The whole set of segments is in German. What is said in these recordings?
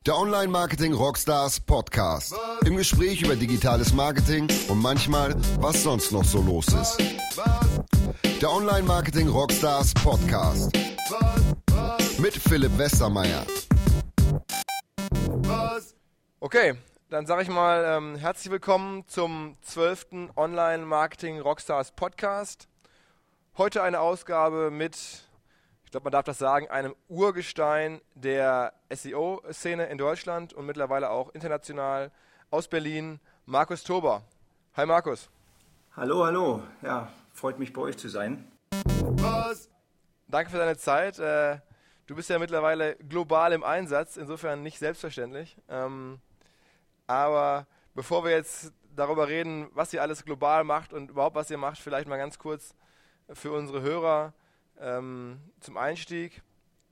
Der Online-Marketing-Rockstars Podcast. Im Gespräch über digitales Marketing und manchmal, was sonst noch so los ist. Der Online-Marketing-Rockstars Podcast. Mit Philipp Westermeier. Okay, dann sage ich mal herzlich willkommen zum 12. Online-Marketing-Rockstars Podcast. Heute eine Ausgabe mit, ich glaube, man darf das sagen, einem Urgestein der SEO-Szene in Deutschland und mittlerweile auch international aus Berlin, Markus Tober. Hi Markus. Hallo. Ja, freut mich bei euch zu sein. Danke für deine Zeit. Du bist ja mittlerweile global im Einsatz, insofern nicht selbstverständlich. Aber bevor wir jetzt darüber reden, was ihr alles global macht und überhaupt was ihr macht, vielleicht mal ganz kurz für unsere Hörer zum Einstieg.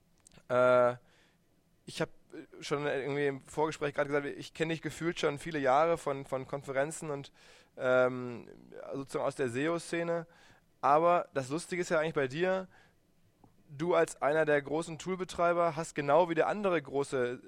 Ich habe schon irgendwie im Vorgespräch gerade gesagt, ich kenne dich gefühlt schon viele Jahre von Konferenzen und sozusagen aus der SEO-Szene. Aber das Lustige ist ja eigentlich bei dir, du als einer der großen Toolbetreiber hast genau wie der andere große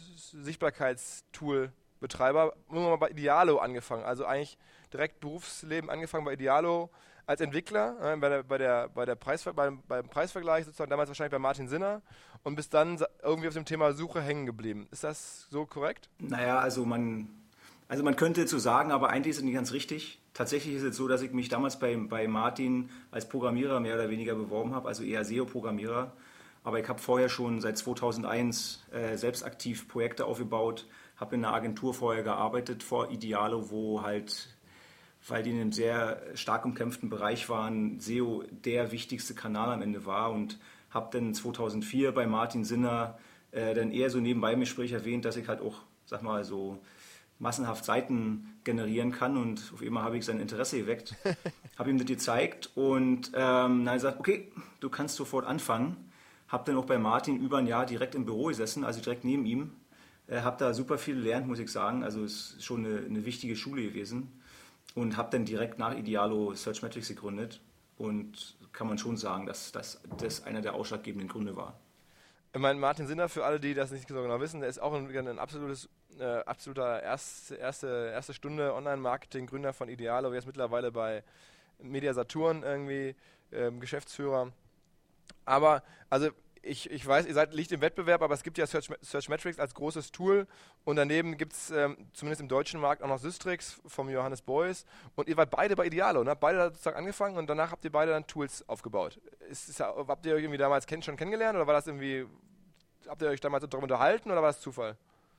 Sichtbarkeitstool-Betreiber nur mal bei Idealo angefangen. Also eigentlich direkt Berufsleben angefangen bei Idealo als Entwickler, beim Preisvergleich sozusagen, damals wahrscheinlich bei Martin Sinner und bist dann irgendwie auf dem Thema Suche hängen geblieben. Ist das so korrekt? Naja, also man könnte so sagen, aber eigentlich ist es nicht ganz richtig. Tatsächlich ist es so, dass ich mich damals bei Martin als Programmierer mehr oder weniger beworben habe, also eher SEO-Programmierer. Aber ich habe vorher schon seit 2001 selbst aktiv Projekte aufgebaut, habe in einer Agentur vorher gearbeitet, vor Idealo, wo halt, weil die in einem sehr stark umkämpften Bereich waren, SEO der wichtigste Kanal am Ende war und habe dann 2004 bei Martin Sinner dann eher so nebenbei im Gespräch erwähnt, dass ich halt auch, sag mal, so massenhaft Seiten generieren kann und auf einmal habe ich sein Interesse geweckt, habe ihm das gezeigt und dann hat er gesagt, okay, du kannst sofort anfangen. Habe dann auch bei Martin über ein Jahr direkt im Büro gesessen, also direkt neben ihm. Habe da super viel gelernt, muss ich sagen, also es ist schon eine wichtige Schule gewesen. Und habe dann direkt nach Idealo Searchmetrics gegründet und kann man schon sagen, dass das einer der ausschlaggebenden Gründe war. Ich meine, Martin Sinner, für alle, die das nicht so genau wissen, der ist auch ein absoluter erste Stunde Online-Marketing-Gründer von Idealo, er ist mittlerweile bei Media Saturn irgendwie Geschäftsführer. Aber, also ich weiß, ihr liegt im Wettbewerb, aber es gibt ja Searchmetrics als großes Tool und daneben gibt es zumindest im deutschen Markt auch noch Systrix vom Johannes Beuys und ihr wart beide bei Idealo, ne? Beide sozusagen angefangen und danach habt ihr beide dann Tools aufgebaut. Habt ihr euch irgendwie damals schon kennengelernt oder war das irgendwie, habt ihr euch damals darüber unterhalten oder war das Zufall?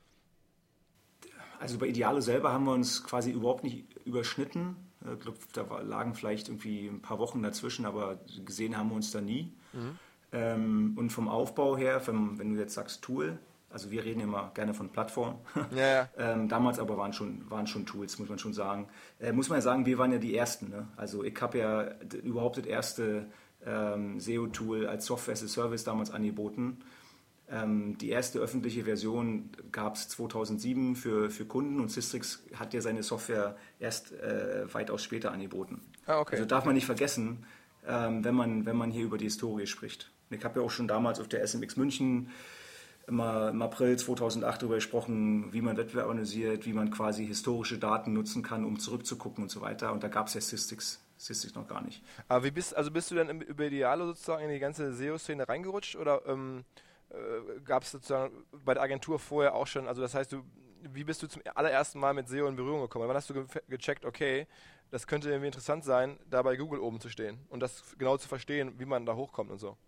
Also bei Idealo selber haben wir uns quasi überhaupt nicht überschnitten. Ich glaube, da lagen vielleicht irgendwie ein paar Wochen dazwischen, aber gesehen haben wir uns da nie. Mhm. Und vom Aufbau her, wenn du jetzt sagst Tool, also wir reden immer gerne von Plattform, ja. Damals aber waren schon Tools, muss man schon sagen. Muss man ja sagen, wir waren ja die Ersten. Ne? Also ich habe ja überhaupt das erste SEO-Tool als Software as a Service damals angeboten. Die erste öffentliche Version gab es 2007 für Kunden und Systrix hat ja seine Software erst weitaus später angeboten. Ah, okay. Also darf man nicht vergessen, wenn man hier über die Historie spricht. Ich habe ja auch schon damals auf der SMX München im April 2008 darüber gesprochen, wie man Wettbewerb analysiert, wie man quasi historische Daten nutzen kann, um zurückzugucken und so weiter. Und da gab es ja Systrix noch gar nicht. Aber bist du dann über Idealo sozusagen in die ganze SEO-Szene reingerutscht oder gab es sozusagen bei der Agentur vorher auch schon, also das heißt, wie bist du zum allerersten Mal mit SEO in Berührung gekommen? Wann hast du gecheckt, okay, das könnte irgendwie interessant sein, da bei Google oben zu stehen und das genau zu verstehen, wie man da hochkommt und so?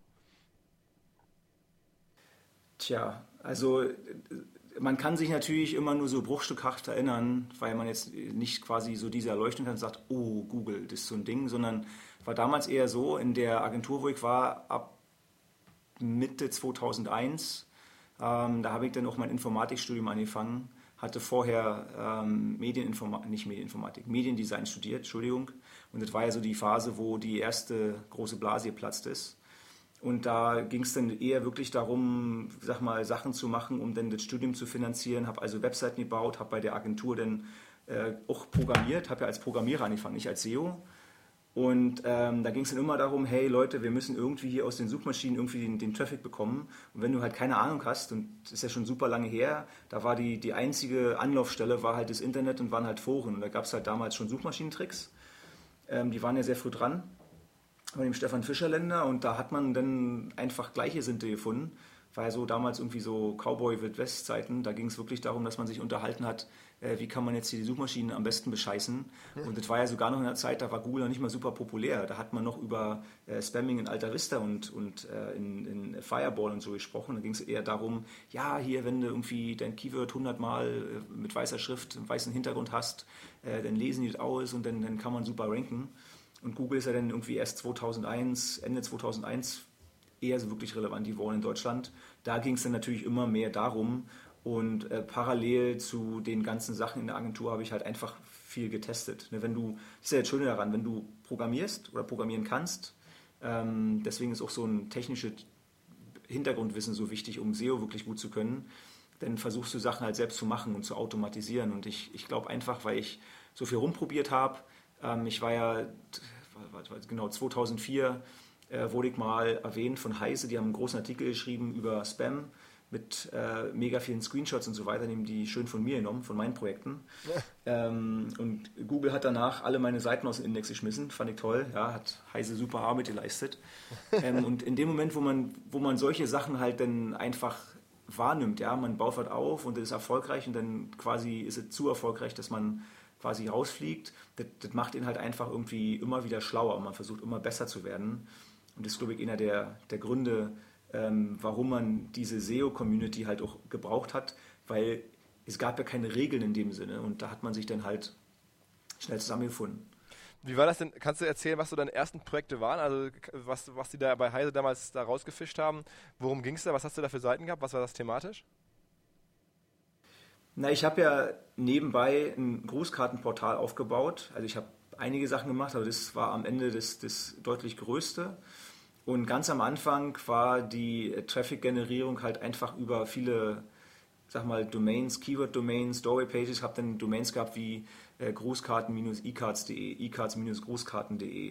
Tja, also man kann sich natürlich immer nur so bruchstückhaft erinnern, weil man jetzt nicht quasi so diese Erleuchtung hat und sagt, oh, Google, das ist so ein Ding, sondern war damals eher so, in der Agentur, wo ich war, ab Mitte 2001, da habe ich dann auch mein Informatikstudium angefangen, hatte vorher Mediendesign studiert, Entschuldigung, und das war ja so die Phase, wo die erste große Blase geplatzt ist. Und da ging es dann eher wirklich darum, sag mal, Sachen zu machen, um dann das Studium zu finanzieren. Habe also Webseiten gebaut, habe bei der Agentur dann auch programmiert, habe ja als Programmierer angefangen, nicht als SEO. Und da ging es dann immer darum, hey Leute, wir müssen irgendwie hier aus den Suchmaschinen irgendwie den Traffic bekommen. Und wenn du halt keine Ahnung hast, und das ist ja schon super lange her, da war die einzige Anlaufstelle war halt das Internet und waren halt Foren. Und da gab es halt damals schon Suchmaschinentricks. Die waren ja sehr früh dran bei dem Stefan Fischerländer. Und da hat man dann einfach Gleichgesinnte gefunden. War ja so damals irgendwie so Cowboy-Wild-West-Zeiten. Da ging es wirklich darum, dass man sich unterhalten hat, wie kann man jetzt hier die Suchmaschinen am besten bescheißen. Und das war ja sogar noch in der Zeit, da war Google noch nicht mal super populär. Da hat man noch über Spamming in Alta Vista und in Fireball und so gesprochen. Da ging es eher darum, ja, hier, wenn du irgendwie dein Keyword 100 Mal mit weißer Schrift, einen weißen Hintergrund hast, dann lesen die das aus und dann kann man super ranken. Und Google ist ja dann irgendwie erst Ende 2001 eher so wirklich relevant geworden in Deutschland. Da ging es dann natürlich immer mehr darum, und parallel zu den ganzen Sachen in der Agentur habe ich halt einfach viel getestet. Ne, das ist ja das Schöne daran, wenn du programmierst oder programmieren kannst, deswegen ist auch so ein technisches Hintergrundwissen so wichtig, um SEO wirklich gut zu können, dann versuchst du Sachen halt selbst zu machen und zu automatisieren. Und ich glaube einfach, weil ich so viel rumprobiert habe, ich war ja, genau 2004, wurde ich mal erwähnt von Heise, die haben einen großen Artikel geschrieben über Spam mit mega vielen Screenshots und so weiter, nehmen die schön von mir genommen, von meinen Projekten. Ja. Und Google hat danach alle meine Seiten aus dem Index geschmissen, fand ich toll, ja, hat Heise super Arbeit geleistet. Und in dem Moment, wo man solche Sachen halt dann einfach wahrnimmt, ja, man baut was auf und das ist erfolgreich und dann quasi ist es zu erfolgreich, dass man quasi rausfliegt, das macht ihn halt einfach irgendwie immer wieder schlauer und man versucht immer besser zu werden. Und das ist, glaube ich, einer der Gründe, warum man diese SEO-Community halt auch gebraucht hat, weil es gab ja keine Regeln in dem Sinne und da hat man sich dann halt schnell zusammengefunden. Wie war das denn? Kannst du erzählen, was so deine ersten Projekte waren? Also was die da bei Heise damals da rausgefischt haben? Worum ging es da? Was hast du da für Seiten gehabt? Was war das thematisch? Na, ich habe ja nebenbei ein Grußkartenportal aufgebaut. Also ich habe einige Sachen gemacht, aber das war am Ende das deutlich größte. Und ganz am Anfang war die Traffic-Generierung halt einfach über viele, sag mal, Domains, Keyword-Domains, Doorway-Pages. Ich habe dann Domains gehabt wie grußkarten-ecards.de, ecards-grußkarten.de,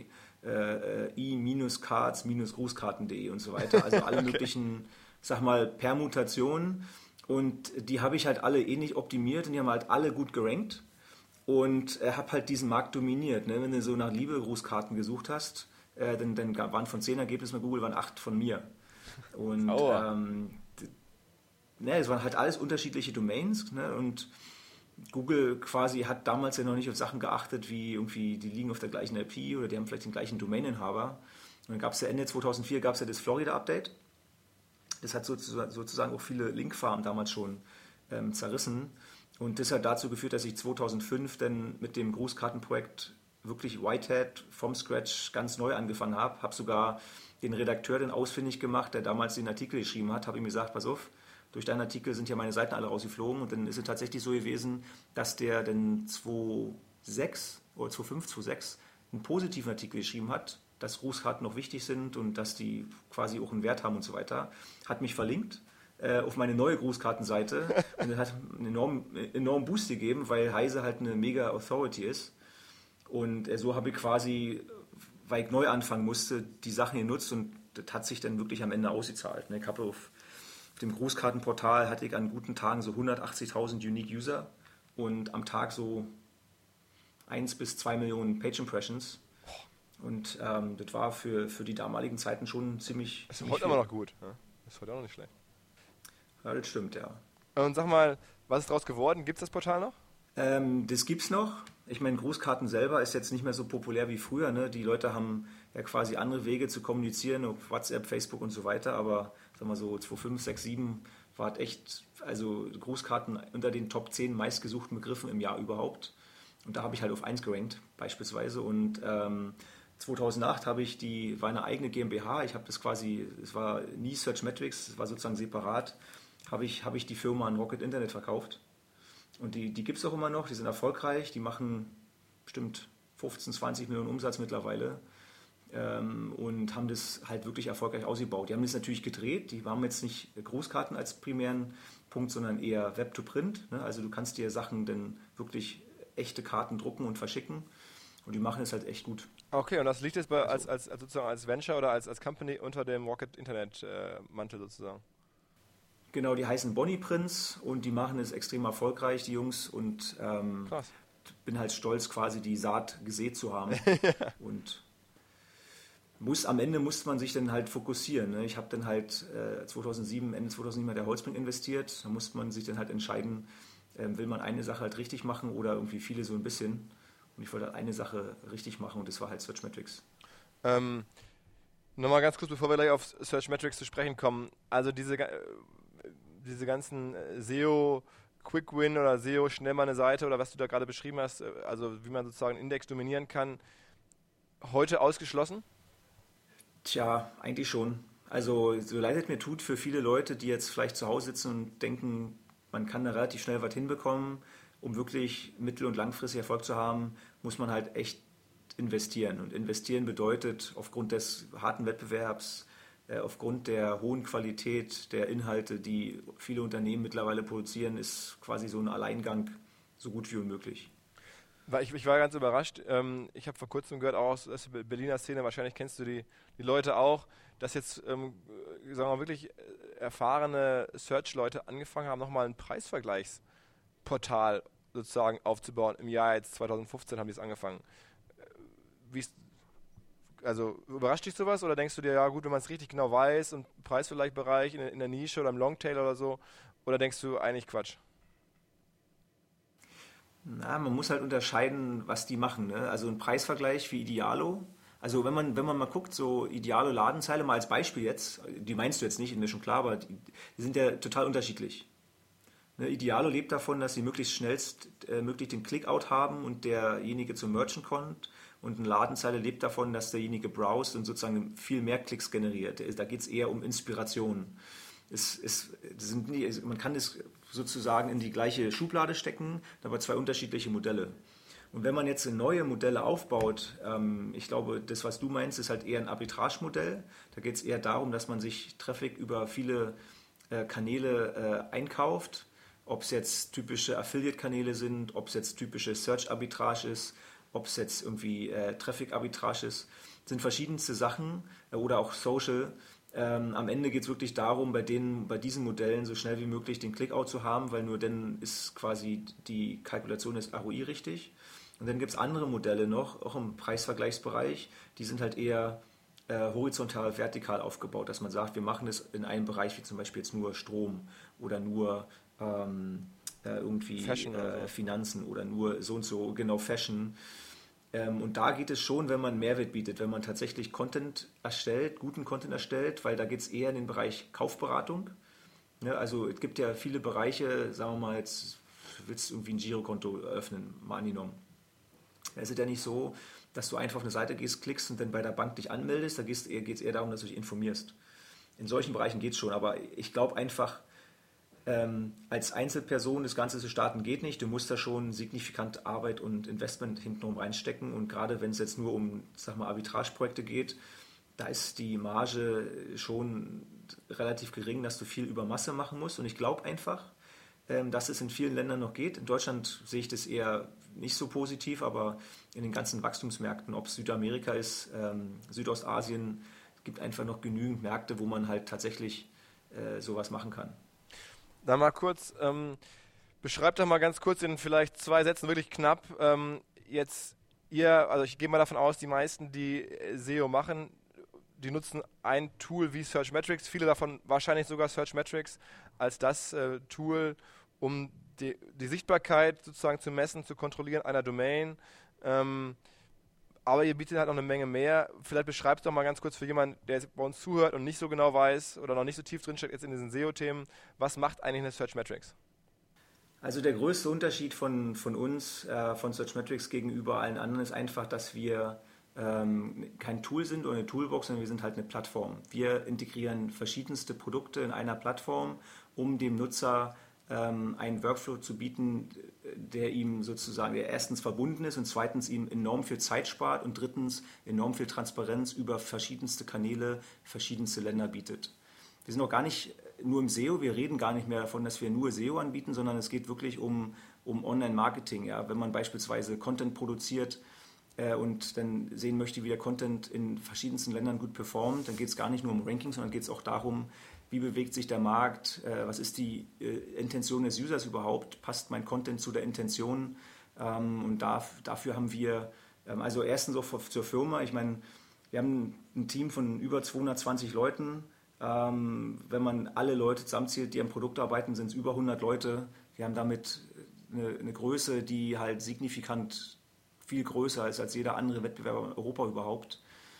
i-cards-grußkarten.de und so weiter. Also alle möglichen, sag mal, Permutationen. Und die habe ich halt alle ähnlich optimiert und die haben halt alle gut gerankt. Und habe halt diesen Markt dominiert. Ne? Wenn du so nach Liebe-Grußkarten gesucht hast, dann waren von 10 Ergebnissen bei Google, waren 8 von mir. Und es waren halt alles unterschiedliche Domains. Ne? Und Google quasi hat damals ja noch nicht auf Sachen geachtet, wie irgendwie, die liegen auf der gleichen IP oder die haben vielleicht den gleichen Domaininhaber. Und dann gab es ja Ende 2004 gab es ja das Florida-Update. Das hat sozusagen auch viele Linkfarmen damals schon zerrissen. Und das hat dazu geführt, dass ich 2005 dann mit dem Grußkartenprojekt wirklich Whitehead vom Scratch ganz neu angefangen habe. Habe sogar den Redakteur dann ausfindig gemacht, der damals den Artikel geschrieben hat. Habe ihm gesagt, pass auf, durch deinen Artikel sind ja meine Seiten alle rausgeflogen. Und dann ist es tatsächlich so gewesen, dass der dann 2006 oder 2005, 2006 einen positiven Artikel geschrieben hat, dass Grußkarten noch wichtig sind und dass die quasi auch einen Wert haben und so weiter. Hat mich verlinkt auf meine neue Grußkartenseite und das hat einen enormen Boost gegeben, weil Heise halt eine mega Authority ist. Und so habe ich quasi, weil ich neu anfangen musste, die Sachen genutzt und das hat sich dann wirklich am Ende ausgezahlt. Ich habe auf dem Grußkartenportal hatte ich an guten Tagen so 180.000 Unique User und am Tag so 1 bis 2 Millionen Page Impressions. Und das war für die damaligen Zeiten schon ziemlich. Das ist heute immer noch gut. Ja? Das ist heute auch noch nicht schlecht. Ja, das stimmt, ja. Und sag mal, was ist daraus geworden? Gibt es das Portal noch? Das gibt's noch. Ich meine, Grußkarten selber ist jetzt nicht mehr so populär wie früher. Ne? Die Leute haben ja quasi andere Wege zu kommunizieren, auf WhatsApp, Facebook und so weiter. Aber sag mal so 2005, 6, 7 war es echt, also Grußkarten unter den Top 10 meistgesuchten Begriffen im Jahr überhaupt. Und da habe ich halt auf 1 gerankt beispielsweise. Und 2008 war eine eigene GmbH. Ich habe das quasi, es war nie Search Metrics, es war sozusagen separat, habe ich die Firma an Rocket Internet verkauft. Und die gibt es auch immer noch, die sind erfolgreich, die machen bestimmt 15, 20 Millionen Umsatz mittlerweile und haben das halt wirklich erfolgreich ausgebaut. Die haben das natürlich gedreht, die haben jetzt nicht Grußkarten als primären Punkt, sondern eher Web-to-Print. Ne? Also du kannst dir Sachen dann wirklich echte Karten drucken und verschicken. Und die machen es halt echt gut. Okay, und das liegt jetzt sozusagen als Venture oder als Company unter dem Rocket Internet Mantel sozusagen? Genau, die heißen Bonnie Prince und die machen es extrem erfolgreich, die Jungs. Und Krass. bin halt stolz, quasi die Saat gesät zu haben. Und am Ende musste man sich dann halt fokussieren. Ne? Ich habe dann halt Ende 2007 der Holzbrink investiert. Da musste man sich dann halt entscheiden, will man eine Sache halt richtig machen oder irgendwie viele so ein bisschen. Und ich wollte halt eine Sache richtig machen und das war halt Searchmetrics. Nochmal ganz kurz, bevor wir gleich auf Searchmetrics zu sprechen kommen. Also diese ganzen SEO Quick Win oder SEO schnell mal eine Seite oder was du da gerade beschrieben hast, also wie man sozusagen einen Index dominieren kann, heute ausgeschlossen? Tja, eigentlich schon. Also so leid es mir tut für viele Leute, die jetzt vielleicht zu Hause sitzen und denken, man kann da relativ schnell was hinbekommen, um wirklich mittel- und langfristig Erfolg zu haben, muss man halt echt investieren. Und investieren bedeutet aufgrund des harten Wettbewerbs, aufgrund der hohen Qualität der Inhalte, die viele Unternehmen mittlerweile produzieren, ist quasi so ein Alleingang so gut wie unmöglich. Ich war ganz überrascht. Ich habe vor kurzem gehört, auch aus der Berliner Szene, wahrscheinlich kennst du die Leute auch, dass jetzt, sagen wir mal, wirklich erfahrene Search-Leute angefangen haben, nochmal ein Preisvergleichsportal sozusagen aufzubauen. Im Jahr jetzt 2015 haben die es angefangen. Also überrascht dich sowas oder denkst du dir, ja gut, wenn man es richtig genau weiß und Preisvergleichbereich in der Nische oder im Longtail oder so, oder denkst du eigentlich Quatsch? Na, man muss halt unterscheiden, was die machen. Ne? Also ein Preisvergleich wie Idealo. Also wenn man mal guckt, so Idealo Ladenzeile mal als Beispiel jetzt, die meinst du jetzt nicht, ist mir schon klar, aber die sind ja total unterschiedlich. Ne? Idealo lebt davon, dass sie möglichst schnellstmöglich den Clickout haben und derjenige zum Merchant kommt. Und eine Ladenzeile lebt davon, dass derjenige browst und sozusagen viel mehr Klicks generiert. Da geht es eher um Inspiration. Man kann es sozusagen in die gleiche Schublade stecken, aber zwei unterschiedliche Modelle. Und wenn man jetzt neue Modelle aufbaut, ich glaube, das, was du meinst, ist halt eher ein Arbitrage-Modell. Da geht es eher darum, dass man sich Traffic über viele Kanäle einkauft, ob es jetzt typische Affiliate-Kanäle sind, ob es jetzt typische Search-Arbitrage ist, ob es jetzt irgendwie Traffic-Arbitrage ist, sind verschiedenste Sachen oder auch Social. Am Ende geht es wirklich darum, bei diesen Modellen so schnell wie möglich den Clickout zu haben, weil nur dann ist quasi die Kalkulation des ROI richtig. Und dann gibt es andere Modelle noch, auch im Preisvergleichsbereich, die sind halt eher horizontal, vertikal aufgebaut, dass man sagt, wir machen es in einem Bereich, wie zum Beispiel jetzt nur Strom oder nur irgendwie Finanzen oder nur so und so, genau Fashion. Und da geht es schon, wenn man Mehrwert bietet, wenn man tatsächlich Content erstellt, guten Content erstellt, weil da geht es eher in den Bereich Kaufberatung. Ne, also es gibt ja viele Bereiche, sagen wir mal, jetzt willst du irgendwie ein Girokonto öffnen, mal angenommen. Da ist es ja nicht so, dass du einfach auf eine Seite gehst, klickst und dann bei der Bank dich anmeldest, da geht es eher darum, dass du dich informierst. In solchen Bereichen geht es schon, aber ich glaube einfach, als Einzelperson das Ganze zu starten geht nicht. Du musst da schon signifikant Arbeit und Investment hintenrum reinstecken. Und gerade wenn es jetzt nur um, sag mal, Arbitrageprojekte geht, da ist die Marge schon relativ gering, dass du viel über Masse machen musst. Und ich glaube einfach, dass es in vielen Ländern noch geht. In Deutschland sehe ich das eher nicht so positiv, aber in den ganzen Wachstumsmärkten, ob es Südamerika ist, Südostasien, es gibt einfach noch genügend Märkte, wo man halt tatsächlich sowas machen kann. Dann mal kurz, beschreibt doch mal ganz kurz in vielleicht 2 Sätzen, wirklich knapp, also ich gehe mal davon aus, die meisten, die SEO machen, die nutzen ein Tool wie Searchmetrics, viele davon wahrscheinlich sogar Searchmetrics als das Tool, um die Sichtbarkeit sozusagen zu messen, zu kontrollieren einer Domain. Aber ihr bietet halt noch eine Menge mehr. Vielleicht beschreibt doch mal ganz kurz für jemanden, der jetzt bei uns zuhört und nicht so genau weiß oder noch nicht so tief drinsteckt jetzt in diesen SEO-Themen, was macht eigentlich eine Searchmetrics? Also der größte Unterschied von uns, von Searchmetrics gegenüber allen anderen, ist einfach, dass wir kein Tool sind oder eine Toolbox, sondern wir sind halt eine Plattform. Wir integrieren verschiedenste Produkte in einer Plattform, um dem Nutzer einen Workflow zu bieten, der ihm sozusagen, der erstens verbunden ist und zweitens ihm enorm viel Zeit spart und drittens enorm viel Transparenz über verschiedenste Kanäle, verschiedenste Länder bietet. Wir sind auch gar nicht nur im SEO, wir reden gar nicht mehr davon, dass wir nur SEO anbieten, sondern es geht wirklich um Online-Marketing. Ja? Wenn man beispielsweise Content produziert und dann sehen möchte, wie der Content in verschiedensten Ländern gut performt, dann geht es gar nicht nur um Rankings, sondern geht es auch darum, wie bewegt sich der Markt, was ist die Intention des Users überhaupt, passt mein Content zu der Intention, und dafür haben wir, also erstens auch zur Firma, ich meine, wir haben ein Team von über 220 Leuten, wenn man alle Leute zusammenzählt, die am Produkt arbeiten, sind es über 100 Leute, wir haben damit eine Größe, die halt signifikant viel größer ist als jeder andere Wettbewerber in Europa überhaupt.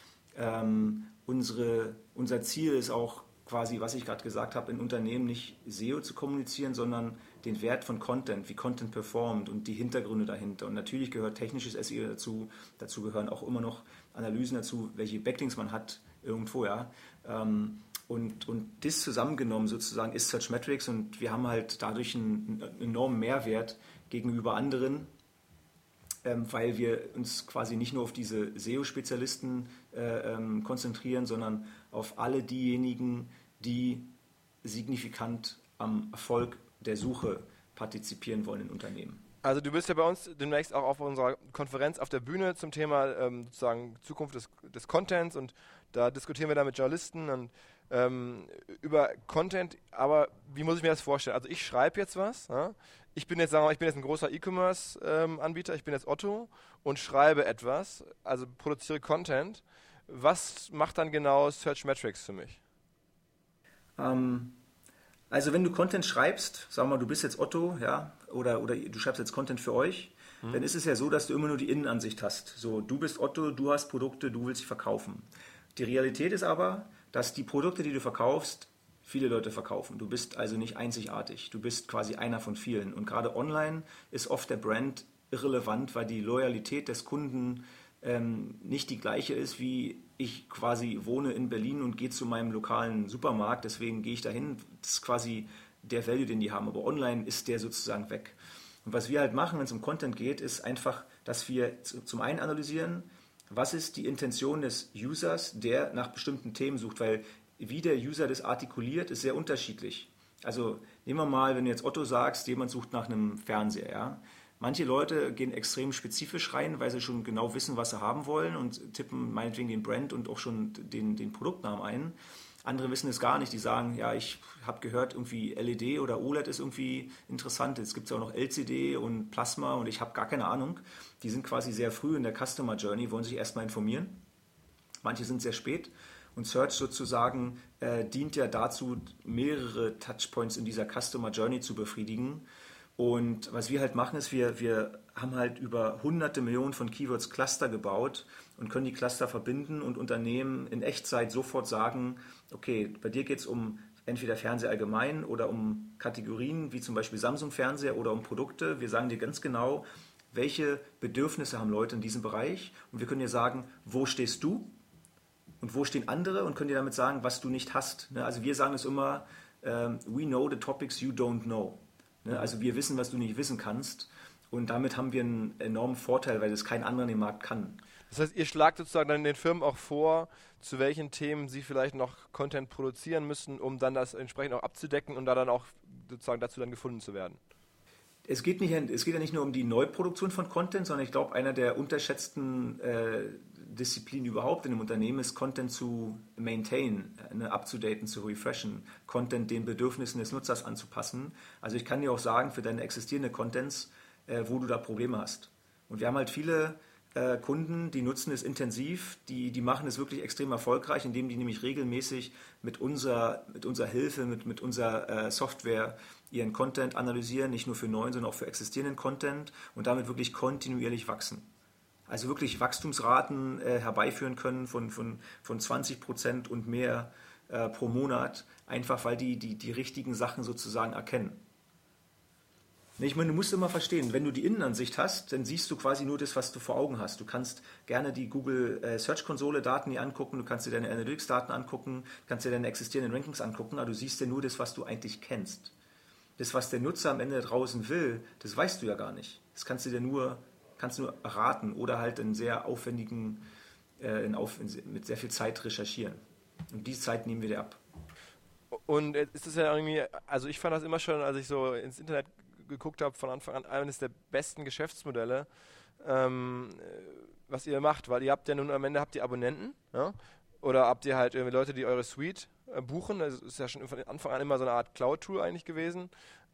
Unser Ziel ist auch quasi, was ich gerade gesagt habe, in Unternehmen nicht SEO zu kommunizieren, sondern den Wert von Content, wie Content performt und die Hintergründe dahinter. Und natürlich gehört technisches SEO dazu, dazu gehören auch immer noch Analysen dazu, welche Backlinks man hat irgendwo, ja. Und das zusammengenommen sozusagen ist Searchmetrics und wir haben halt dadurch einen enormen Mehrwert gegenüber anderen, weil wir uns quasi nicht nur auf diese SEO-Spezialisten konzentrieren, sondern auf alle diejenigen, die signifikant am Erfolg der Suche partizipieren wollen in Unternehmen. Also du bist ja bei uns demnächst auch auf unserer Konferenz auf der Bühne zum Thema sozusagen Zukunft des Contents und da diskutieren wir dann mit Journalisten und über Content, aber wie muss ich mir das vorstellen? Also ich schreibe jetzt was, ja? Ich bin jetzt ein großer E-Commerce-Anbieter, ich bin jetzt Otto und schreibe etwas, also produziere Content. Was macht dann genau Searchmetrics für mich? Also wenn du Content schreibst, sagen wir mal, du bist jetzt Otto, ja, oder du schreibst jetzt Content für euch, dann ist es ja so, dass du immer nur die Innenansicht hast. So, du bist Otto, du hast Produkte, du willst sie verkaufen. Die Realität ist aber, dass die Produkte, die du verkaufst, viele Leute verkaufen. Du bist also nicht einzigartig. Du bist quasi einer von vielen. Und gerade online ist oft der Brand irrelevant, weil die Loyalität des Kunden nicht die gleiche ist, wie ich quasi wohne in Berlin und gehe zu meinem lokalen Supermarkt. Deswegen gehe ich dahin. Das ist quasi der Value, den die haben. Aber online ist der sozusagen weg. Und was wir halt machen, wenn es um Content geht, ist einfach, dass wir zum einen analysieren, was ist die Intention des Users, der nach bestimmten Themen sucht, weil wie der User das artikuliert, ist sehr unterschiedlich. Also nehmen wir mal, wenn du jetzt Otto sagst, jemand sucht nach einem Fernseher. Ja? Manche Leute gehen extrem spezifisch rein, weil sie schon genau wissen, was sie haben wollen und tippen meinetwegen den Brand und auch schon den Produktnamen ein. Andere wissen es gar nicht, die sagen, ja, ich habe gehört, irgendwie LED oder OLED ist irgendwie interessant. Jetzt gibt es auch noch LCD und Plasma und ich habe gar keine Ahnung. Die sind quasi sehr früh in der Customer Journey, wollen sich erstmal informieren. Manche sind sehr spät. Und Search sozusagen dient ja dazu, mehrere Touchpoints in dieser Customer Journey zu befriedigen. Und was wir halt machen, ist, wir haben halt über hunderte Millionen von Keywords Cluster gebaut und können die Cluster verbinden und Unternehmen in Echtzeit sofort sagen, okay, bei dir geht es um entweder Fernseher allgemein oder um Kategorien wie zum Beispiel Samsung-Fernseher oder um Produkte. Wir sagen dir ganz genau, welche Bedürfnisse haben Leute in diesem Bereich und wir können dir sagen, wo stehst du? Und wo stehen andere und können dir damit sagen, was du nicht hast. Also wir sagen es immer, we know the topics you don't know. Also wir wissen, was du nicht wissen kannst. Und damit haben wir einen enormen Vorteil, weil es kein anderer in dem Markt kann. Das heißt, ihr schlagt sozusagen dann den Firmen auch vor, zu welchen Themen sie vielleicht noch Content produzieren müssen, um dann das entsprechend auch abzudecken und da dann auch sozusagen dazu dann gefunden zu werden. Es geht ja nicht nur um die Neuproduktion von Content, sondern ich glaube, einer der unterschätzten Disziplinen überhaupt in einem Unternehmen ist, Content zu maintain, abzudaten, zu refreshen, Content den Bedürfnissen des Nutzers anzupassen. Also ich kann dir auch sagen, für deine existierenden Contents, wo du da Probleme hast. Und wir haben halt viele Kunden, die nutzen es intensiv, die machen es wirklich extrem erfolgreich, indem die nämlich regelmäßig mit unserer Hilfe, mit unserer Software ihren Content analysieren, nicht nur für neuen, sondern auch für existierenden Content und damit wirklich kontinuierlich wachsen. Also wirklich Wachstumsraten herbeiführen können von 20% und mehr pro Monat, einfach weil die richtigen Sachen sozusagen erkennen. Ich meine, du musst immer verstehen, wenn du die Innenansicht hast, dann siehst du quasi nur das, was du vor Augen hast. Du kannst gerne die Google Search Konsole Daten hier angucken, du kannst dir deine Analytics Daten angucken, kannst dir deine existierenden Rankings angucken, aber du siehst ja nur das, was du eigentlich kennst. Das, was der Nutzer am Ende draußen will, das weißt du ja gar nicht. Das kannst du nur erraten oder halt in sehr aufwendigen, mit sehr viel Zeit recherchieren. Und die Zeit nehmen wir dir ab. Und ist das ja irgendwie, also ich fand das immer schon, als ich so ins Internet geguckt habe, von Anfang an eines der besten Geschäftsmodelle, was ihr macht, weil ihr habt ja nun am Ende habt ihr Abonnenten, ja? Oder habt ihr halt irgendwie Leute, die eure Suite buchen. Das ist ja schon von Anfang an immer so eine Art Cloud-Tool eigentlich gewesen.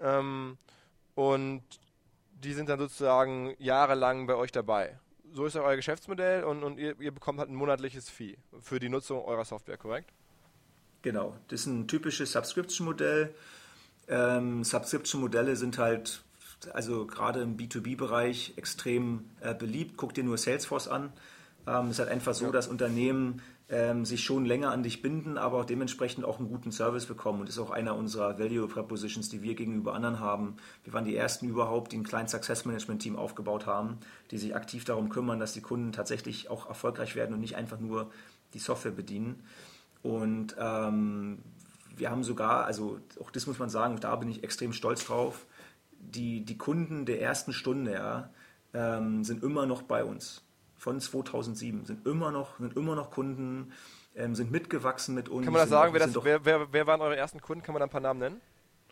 Und die sind dann sozusagen jahrelang bei euch dabei. So ist ja euer Geschäftsmodell und ihr bekommt halt ein monatliches Fee für die Nutzung eurer Software, korrekt? Genau, das ist ein typisches Subscription-Modell. Subscription-Modelle sind halt, also gerade im B2B-Bereich, extrem beliebt. Guck dir nur Salesforce an. Es ist halt einfach so, dass Unternehmen sich schon länger an dich binden, aber auch dementsprechend auch einen guten Service bekommen. Und das ist auch einer unserer Value Propositions, die wir gegenüber anderen haben. Wir waren die ersten überhaupt, die ein kleines Success Management Team aufgebaut haben, die sich aktiv darum kümmern, dass die Kunden tatsächlich auch erfolgreich werden und nicht einfach nur die Software bedienen. Und wir haben sogar, also auch das muss man sagen, da bin ich extrem stolz drauf, die Kunden der ersten Stunde sind immer noch bei uns. Von 2007 sind immer noch Kunden, sind mitgewachsen mit uns. Kann man das sagen? Wer waren eure ersten Kunden? Kann man da ein paar Namen nennen?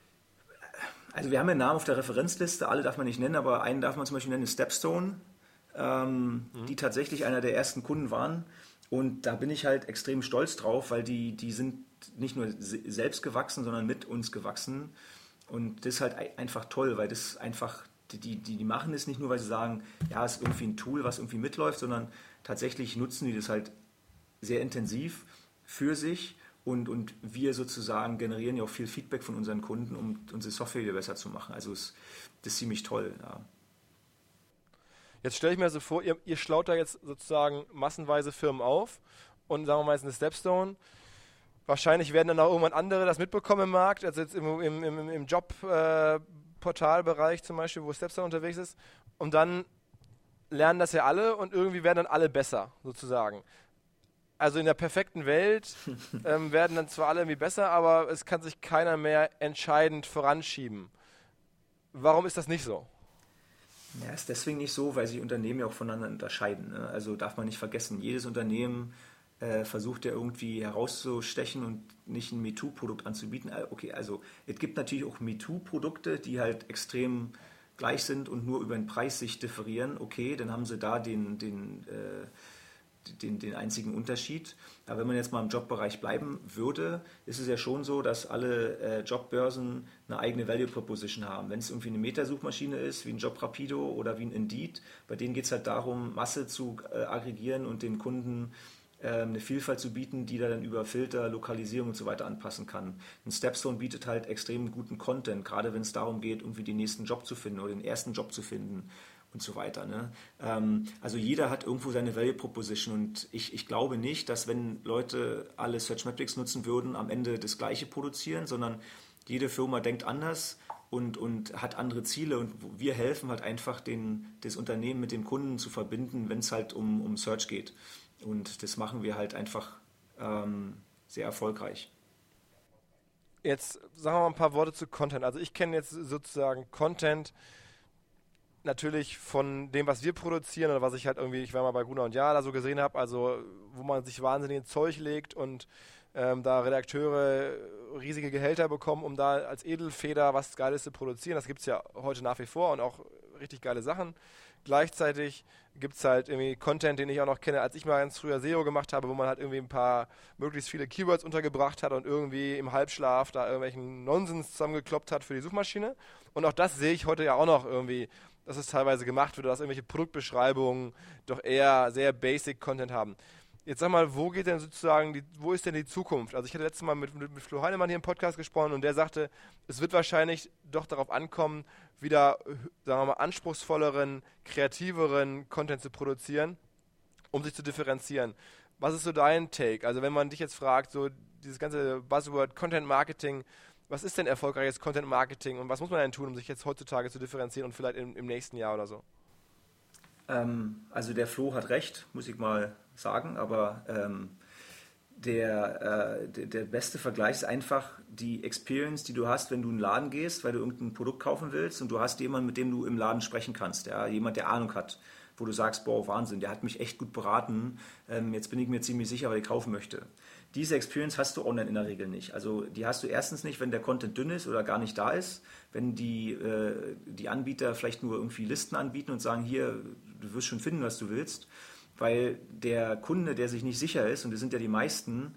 Also wir haben ja Namen auf der Referenzliste, alle darf man nicht nennen, aber einen darf man zum Beispiel nennen, Stepstone, die tatsächlich einer der ersten Kunden waren. Und da bin ich halt extrem stolz drauf, weil die sind nicht nur selbst gewachsen, sondern mit uns gewachsen. Und das ist halt einfach toll, weil das einfach... Die machen es nicht nur, weil sie sagen, ja, es ist irgendwie ein Tool, was irgendwie mitläuft, sondern tatsächlich nutzen die das halt sehr intensiv für sich und wir sozusagen generieren ja auch viel Feedback von unseren Kunden, um unsere Software wieder besser zu machen. Also das ist ziemlich toll. Ja. Jetzt stelle ich mir so vor, ihr schlaut da jetzt sozusagen massenweise Firmen auf und sagen wir mal jetzt eine Stepstone. Wahrscheinlich werden dann auch irgendwann andere das mitbekommen im Markt, also jetzt im Job Portalbereich zum Beispiel, wo Stepstone unterwegs ist, und dann lernen das ja alle und irgendwie werden dann alle besser, sozusagen. Also in der perfekten Welt werden dann zwar alle irgendwie besser, aber es kann sich keiner mehr entscheidend voranschieben. Warum ist das nicht so? Ja, ist deswegen nicht so, weil sich Unternehmen ja auch voneinander unterscheiden. Ne? Also darf man nicht vergessen, jedes Unternehmen versucht ja irgendwie herauszustechen und nicht ein MeToo-Produkt anzubieten. Okay, also es gibt natürlich auch MeToo-Produkte, die halt extrem gleich sind und nur über den Preis sich differieren. Okay, dann haben sie da den einzigen Unterschied. Aber wenn man jetzt mal im Jobbereich bleiben würde, ist es ja schon so, dass alle Jobbörsen eine eigene Value Proposition haben. Wenn es irgendwie eine Meta-Suchmaschine ist, wie ein JobRapido oder wie ein Indeed, bei denen geht es halt darum, Masse zu aggregieren und dem Kunden eine Vielfalt zu bieten, die er dann über Filter, Lokalisierung und so weiter anpassen kann. Ein Stepstone bietet halt extrem guten Content, gerade wenn es darum geht, irgendwie den nächsten Job zu finden oder den ersten Job zu finden und so weiter. Ne? Also jeder hat irgendwo seine Value Proposition und ich glaube nicht, dass wenn Leute alle Searchmetrics nutzen würden, am Ende das Gleiche produzieren, sondern jede Firma denkt anders und hat andere Ziele und wir helfen halt einfach, das Unternehmen mit dem Kunden zu verbinden, wenn es halt um Search geht. Und das machen wir halt einfach sehr erfolgreich. Jetzt sagen wir mal ein paar Worte zu Content. Also ich kenne jetzt sozusagen Content natürlich von dem, was wir produzieren oder was ich halt irgendwie, ich war mal bei Gruner und Jahr da so gesehen habe, also wo man sich wahnsinnig ins Zeug legt und da Redakteure riesige Gehälter bekommen, um da als Edelfeder was Geiles zu produzieren. Das gibt es ja heute nach wie vor und auch richtig geile Sachen. Gleichzeitig gibt es halt irgendwie Content, den ich auch noch kenne, als ich mal ganz früher SEO gemacht habe, wo man halt irgendwie ein paar möglichst viele Keywords untergebracht hat und irgendwie im Halbschlaf da irgendwelchen Nonsens zusammengekloppt hat für die Suchmaschine. Und auch das sehe ich heute ja auch noch irgendwie, dass es teilweise gemacht wird, dass irgendwelche Produktbeschreibungen doch eher sehr basic Content haben. Jetzt sag mal, wo geht denn sozusagen, wo ist denn die Zukunft? Also ich hatte letztes Mal mit Flo Heinemann hier im Podcast gesprochen und der sagte, es wird wahrscheinlich doch darauf ankommen, wieder, sagen wir mal, anspruchsvolleren, kreativeren Content zu produzieren, um sich zu differenzieren. Was ist so dein Take? Also wenn man dich jetzt fragt, so dieses ganze Buzzword Content Marketing, was ist denn erfolgreiches Content Marketing und was muss man denn tun, um sich jetzt heutzutage zu differenzieren und vielleicht im nächsten Jahr oder so? Also der Flo hat recht, muss ich mal sagen, aber der beste Vergleich ist einfach die Experience, die du hast, wenn du in einen Laden gehst, weil du irgendein Produkt kaufen willst und du hast jemanden, mit dem du im Laden sprechen kannst. Ja? Jemand, der Ahnung hat, wo du sagst, boah, Wahnsinn, der hat mich echt gut beraten, jetzt bin ich mir ziemlich sicher, was ich kaufen möchte. Diese Experience hast du online in der Regel nicht. Also die hast du erstens nicht, wenn der Content dünn ist oder gar nicht da ist, wenn die Anbieter vielleicht nur irgendwie Listen anbieten und sagen, hier, du wirst schon finden, was du willst, weil der Kunde, der sich nicht sicher ist, und das sind ja die meisten,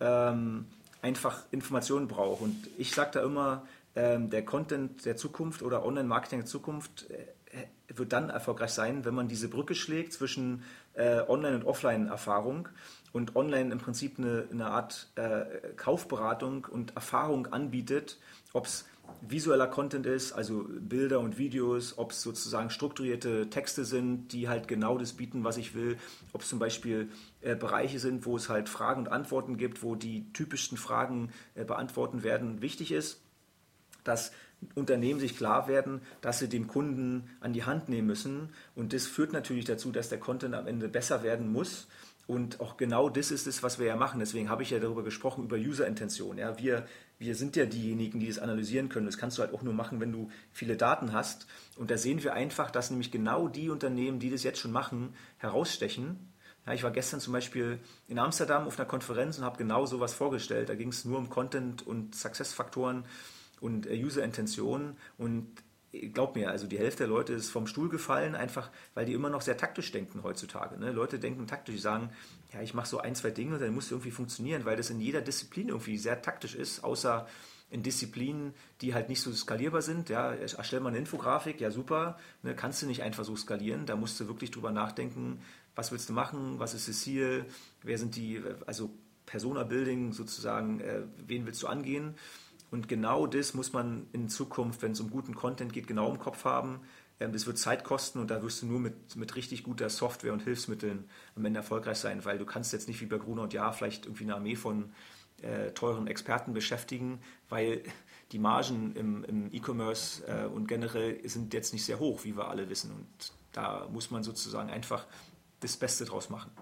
einfach Informationen braucht. Und ich sage da immer, der Content der Zukunft oder Online-Marketing der Zukunft wird dann erfolgreich sein, wenn man diese Brücke schlägt zwischen Online- und Offline-Erfahrung und online im Prinzip eine Art Kaufberatung und Erfahrung anbietet, ob es visueller Content ist, also Bilder und Videos, ob es sozusagen strukturierte Texte sind, die halt genau das bieten, was ich will, ob es zum Beispiel Bereiche sind, wo es halt Fragen und Antworten gibt, wo die typischsten Fragen beantworten werden. Wichtig ist, dass Unternehmen sich klar werden, dass sie den Kunden an die Hand nehmen müssen, und das führt natürlich dazu, dass der Content am Ende besser werden muss. Und auch genau das ist es, was wir ja machen. Deswegen habe ich ja darüber gesprochen, über User-Intention. Ja, wir sind ja diejenigen, die das analysieren können. Das kannst du halt auch nur machen, wenn du viele Daten hast. Und da sehen wir einfach, dass nämlich genau die Unternehmen, die das jetzt schon machen, herausstechen. Ja, ich war gestern zum Beispiel in Amsterdam auf einer Konferenz und habe genau sowas vorgestellt. Da ging es nur um Content und Success-Faktoren und User-Intention. Und glaub mir, also die Hälfte der Leute ist vom Stuhl gefallen, einfach weil die immer noch sehr taktisch denken heutzutage. Ne? Leute denken taktisch, die sagen, ja, ich mache so ein, zwei Dinge und dann muss es irgendwie funktionieren, weil das in jeder Disziplin irgendwie sehr taktisch ist, außer in Disziplinen, die halt nicht so skalierbar sind. Ja, erstell mal eine Infografik, ja super, ne? Kannst du nicht einfach so skalieren, da musst du wirklich drüber nachdenken, was willst du machen, was ist das Ziel, wer sind die, also Persona-Building sozusagen, wen willst du angehen? Und genau das muss man in Zukunft, wenn es um guten Content geht, genau im Kopf haben. Das wird Zeit kosten und da wirst du nur mit richtig guter Software und Hilfsmitteln am Ende erfolgreich sein, weil du kannst jetzt nicht wie bei Gruner und Jahr vielleicht irgendwie eine Armee von teuren Experten beschäftigen, weil die Margen im E-Commerce und generell sind jetzt nicht sehr hoch, wie wir alle wissen. Und da muss man sozusagen einfach das Beste draus machen.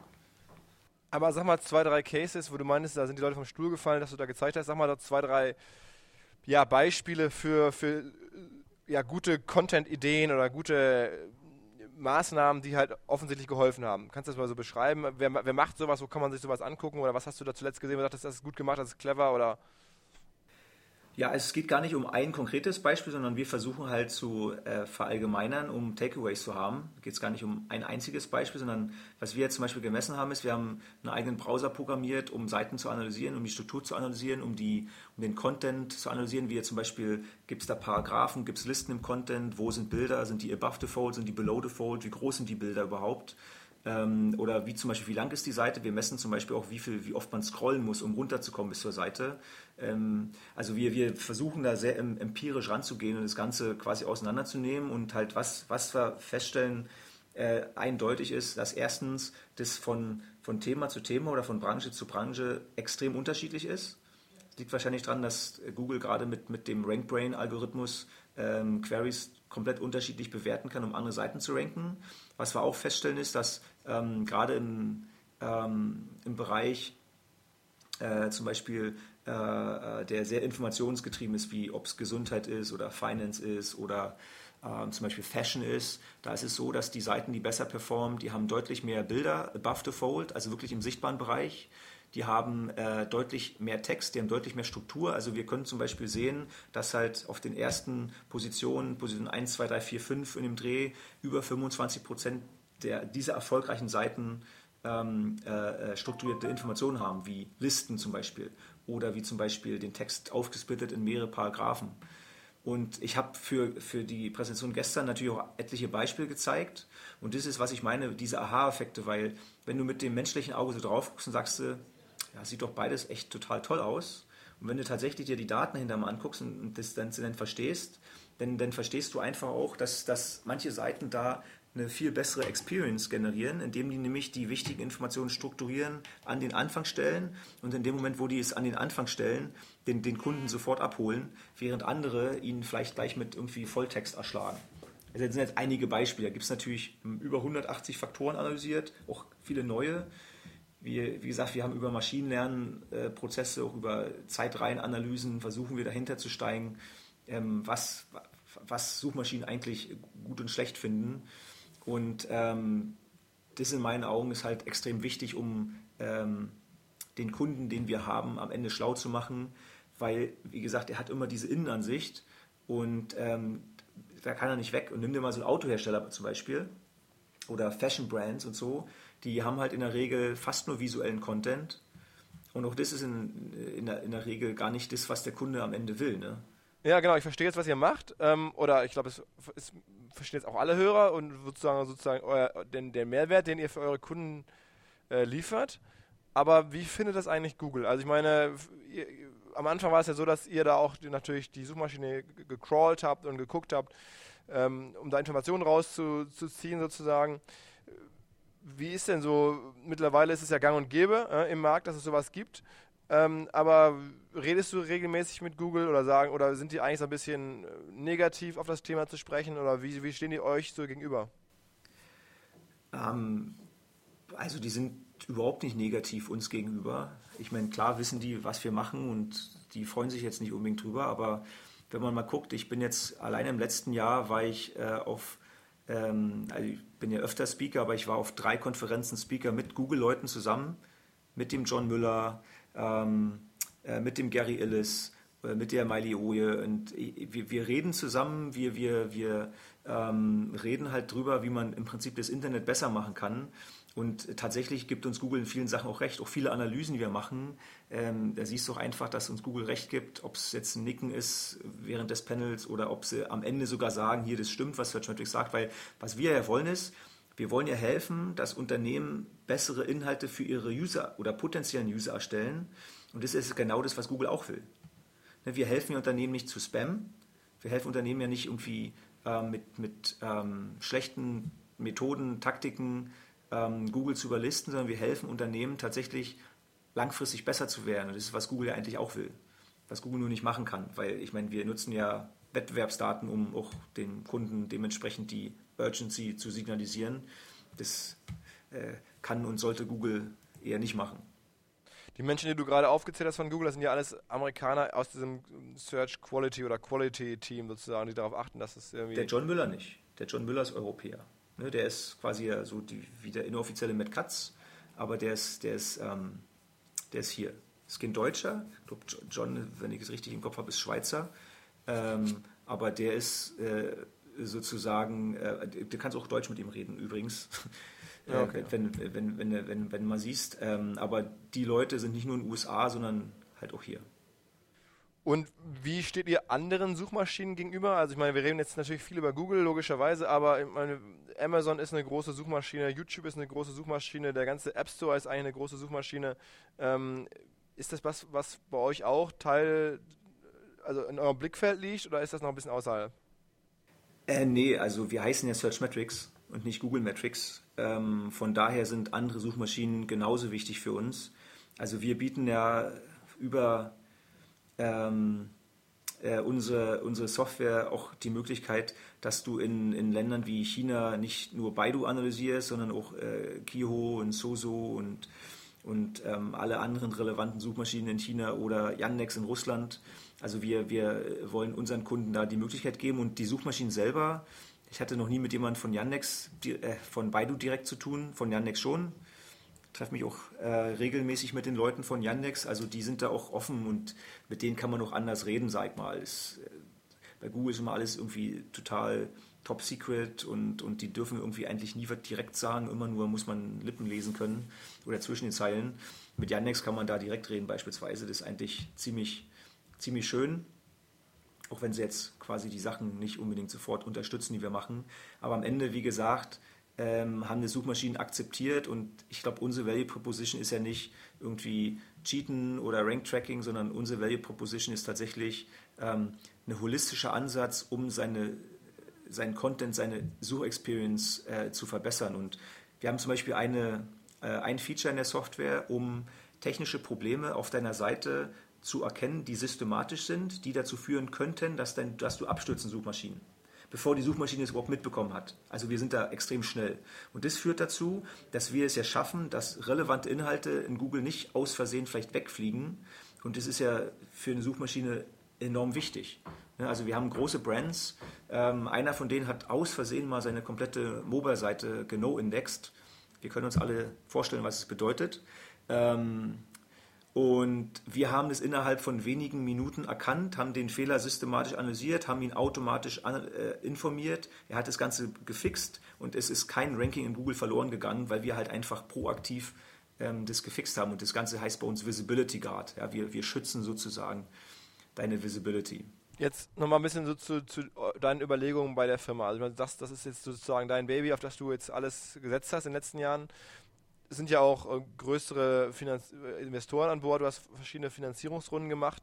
Aber sag mal 2, 3 Cases, wo du meinst, da sind die Leute vom Stuhl gefallen, dass du da gezeigt hast. Sag mal da 2, 3 Beispiele für gute Content-Ideen oder gute Maßnahmen, die halt offensichtlich geholfen haben. Kannst du das mal so beschreiben? Wer macht sowas? Wo kann man sich sowas angucken? Oder was hast du da zuletzt gesehen, wo du dachtest, das ist gut gemacht, das ist clever? Oder? Ja, es geht gar nicht um ein konkretes Beispiel, sondern wir versuchen halt zu verallgemeinern, um Takeaways zu haben. Da geht es gar nicht um ein einziges Beispiel, sondern was wir jetzt zum Beispiel gemessen haben, ist, wir haben einen eigenen Browser programmiert, um Seiten zu analysieren, um die Struktur zu analysieren, um den Content zu analysieren, wie jetzt zum Beispiel, gibt es da Paragraphen, gibt es Listen im Content, wo sind Bilder, sind die above the fold, sind die below the fold, wie groß sind die Bilder überhaupt? Oder wie zum Beispiel, wie lang ist die Seite? Wir messen zum Beispiel auch, wie oft man scrollen muss, um runterzukommen bis zur Seite. Also wir versuchen da sehr empirisch ranzugehen und das Ganze quasi auseinanderzunehmen und halt was wir feststellen, eindeutig ist, dass erstens das von Thema zu Thema oder von Branche zu Branche extrem unterschiedlich ist. Das liegt wahrscheinlich daran, dass Google gerade mit dem RankBrain-Algorithmus Queries komplett unterschiedlich bewerten kann, um andere Seiten zu ranken. Was wir auch feststellen ist, dass gerade im Bereich zum Beispiel der sehr informationsgetrieben ist, wie ob es Gesundheit ist oder Finance ist oder zum Beispiel Fashion ist, da ist es so, dass die Seiten, die besser performen, die haben deutlich mehr Bilder above the fold, also wirklich im sichtbaren Bereich. Die haben deutlich mehr Text, die haben deutlich mehr Struktur. Also wir können zum Beispiel sehen, dass halt auf den ersten Position 1, 2, 3, 4, 5 in dem Dreh über 25% dieser erfolgreichen Seiten strukturierte Informationen haben, wie Listen zum Beispiel oder wie zum Beispiel den Text aufgesplittet in mehrere Paragraphen. Und ich habe für die Präsentation gestern natürlich auch etliche Beispiele gezeigt. Und das ist, was ich meine, diese Aha-Effekte, weil wenn du mit dem menschlichen Auge so drauf guckst und sagst, ja, sieht doch beides echt total toll aus. Und wenn du tatsächlich dir die Daten dahinter mal anguckst und das dann verstehst, dann verstehst du einfach auch, dass manche Seiten da eine viel bessere Experience generieren, indem die nämlich die wichtigen Informationen strukturieren, an den Anfang stellen und in dem Moment, wo die es an den Anfang stellen, den Kunden sofort abholen, während andere ihn vielleicht gleich mit irgendwie Volltext erschlagen. Also das sind jetzt einige Beispiele. Da gibt es natürlich über 180 Faktoren analysiert, auch viele neue. wie gesagt, wir haben über Maschinenlernprozesse, auch über Zeitreihenanalysen, versuchen wir dahinter zu steigen, was Suchmaschinen eigentlich gut und schlecht finden. Und das in meinen Augen ist halt extrem wichtig, um den Kunden, den wir haben, am Ende schlau zu machen, weil, wie gesagt, er hat immer diese Innenansicht und da kann er nicht weg. Und nimm dir mal so einen Autohersteller zum Beispiel oder Fashion Brands und so, die haben halt in der Regel fast nur visuellen Content und auch das ist in der Regel gar nicht das, was der Kunde am Ende will, ne? Ja, genau, ich verstehe jetzt, was ihr macht. Oder ich glaube, es verstehen jetzt auch alle Hörer und sozusagen der Mehrwert, den ihr für eure Kunden liefert. Aber wie findet das eigentlich Google? Also ich meine, am Anfang war es ja so, dass ihr da auch natürlich die Suchmaschine gecrawlt habt und geguckt habt, um da Informationen rauszuziehen sozusagen. Wie ist denn so, mittlerweile ist es ja gang und gäbe im Markt, dass es sowas gibt. Aber redest du regelmäßig mit Google oder sind die eigentlich so ein bisschen negativ auf das Thema zu sprechen oder wie stehen die euch so gegenüber? Also die sind überhaupt nicht negativ uns gegenüber. Ich meine, klar wissen die, was wir machen und die freuen sich jetzt nicht unbedingt drüber, aber wenn man mal guckt, ich bin jetzt alleine im letzten Jahr, war ich also ich bin ja öfter Speaker, aber ich war auf 3 Konferenzen Speaker mit Google-Leuten zusammen, mit dem John Müller, mit dem Gary Illis, mit der Miley Oye und wir reden zusammen, wir reden halt drüber, wie man im Prinzip das Internet besser machen kann und tatsächlich gibt uns Google in vielen Sachen auch recht, auch viele Analysen, die wir machen, da siehst du auch einfach, dass uns Google recht gibt, ob es jetzt ein Nicken ist während des Panels oder ob sie am Ende sogar sagen, hier, das stimmt, was Searchmetrics sagt, weil was wir ja wollen ist, wir wollen ja helfen, dass Unternehmen bessere Inhalte für ihre User oder potenziellen User erstellen. Und das ist genau das, was Google auch will. Wir helfen ja Unternehmen nicht zu spammen. Wir helfen Unternehmen ja nicht irgendwie mit schlechten Methoden, Taktiken Google zu überlisten, sondern wir helfen Unternehmen tatsächlich langfristig besser zu werden. Und das ist, was Google ja eigentlich auch will. Was Google nur nicht machen kann. Weil ich meine, wir nutzen ja Wettbewerbsdaten, um auch den Kunden dementsprechend die Urgency zu signalisieren. Das kann und sollte Google eher nicht machen. Die Menschen, die du gerade aufgezählt hast von Google, das sind ja alles Amerikaner aus diesem Search Quality oder Quality Team sozusagen, die darauf achten, dass es irgendwie... Der John Müller nicht. Der John Müller ist Europäer. Ne, der ist quasi ja so wie der inoffizielle Matt Cutts, aber der ist hier. Das ist kein Deutscher. Ich glaube, John, wenn ich es richtig im Kopf habe, ist Schweizer. Aber der ist sozusagen, du kannst auch Deutsch mit ihm reden übrigens. Ja, okay. Wenn du mal siehst. Aber die Leute sind nicht nur in den USA, sondern halt auch hier. Und wie steht ihr anderen Suchmaschinen gegenüber? Also ich meine, wir reden jetzt natürlich viel über Google, logischerweise, aber ich meine, Amazon ist eine große Suchmaschine, YouTube ist eine große Suchmaschine, der ganze App Store ist eigentlich eine große Suchmaschine. Ist das was bei euch auch also in eurem Blickfeld liegt oder ist das noch ein bisschen außerhalb? Nee, also wir heißen ja Searchmetrics und nicht Google Metrics. Von daher sind andere Suchmaschinen genauso wichtig für uns. Also wir bieten ja über unsere Software auch die Möglichkeit, dass du in Ländern wie China nicht nur Baidu analysierst, sondern auch Kiho und Soso und alle anderen relevanten Suchmaschinen in China oder Yandex in Russland. Also wir wollen unseren Kunden da die Möglichkeit geben und die Suchmaschinen selber, ich hatte noch nie mit jemandem von Baidu direkt zu tun, von Yandex schon. Ich treffe mich auch regelmäßig mit den Leuten von Yandex, also die sind da auch offen und mit denen kann man auch anders reden, sag ich mal. Bei Google ist immer alles irgendwie total top secret und die dürfen irgendwie eigentlich nie was direkt sagen, immer nur muss man Lippen lesen können oder zwischen den Zeilen. Mit Yandex kann man da direkt reden beispielsweise, das ist eigentlich ziemlich schön, auch wenn sie jetzt quasi die Sachen nicht unbedingt sofort unterstützen, die wir machen. Aber am Ende, wie gesagt, haben die Suchmaschinen akzeptiert und ich glaube, unsere Value Proposition ist ja nicht irgendwie Cheaten oder Rank Tracking, sondern unsere Value Proposition ist tatsächlich ein holistischer Ansatz, um seinen Content, seine Suchexperience zu verbessern. Und wir haben zum Beispiel ein Feature in der Software, um technische Probleme auf deiner Seite zu erkennen, die systematisch sind, die dazu führen könnten, dass du abstürzt in Suchmaschinen. bevor die Suchmaschine es überhaupt mitbekommen hat. Also wir sind da extrem schnell. Und das führt dazu, dass wir es ja schaffen, dass relevante Inhalte in Google nicht aus Versehen vielleicht wegfliegen. Und das ist ja für eine Suchmaschine enorm wichtig. Also wir haben große Brands. Einer von denen hat aus Versehen mal seine komplette Mobile-Seite geno-indexed. Wir können uns alle vorstellen, was es bedeutet. Und wir haben es innerhalb von wenigen Minuten erkannt, haben den Fehler systematisch analysiert, haben ihn automatisch informiert. Er hat das Ganze gefixt und es ist kein Ranking in Google verloren gegangen, weil wir halt einfach proaktiv das gefixt haben. Und das Ganze heißt bei uns Visibility Guard. Ja, wir schützen sozusagen deine Visibility. Jetzt nochmal ein bisschen so zu deinen Überlegungen bei der Firma. Also das ist jetzt sozusagen dein Baby, auf das du jetzt alles gesetzt hast in den letzten Jahren. Es sind ja auch größere Investoren an Bord, du hast verschiedene Finanzierungsrunden gemacht.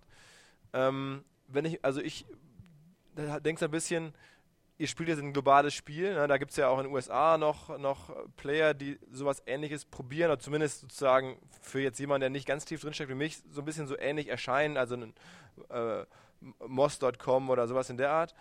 Ich denke so ein bisschen, ihr spielt jetzt ein globales Spiel, ne? Da gibt es ja auch in den USA noch Player, die sowas Ähnliches probieren, oder zumindest sozusagen für jetzt jemanden, der nicht ganz tief drinsteckt wie mich, so ein bisschen so ähnlich erscheinen, also ein Moss.com oder sowas in der Art.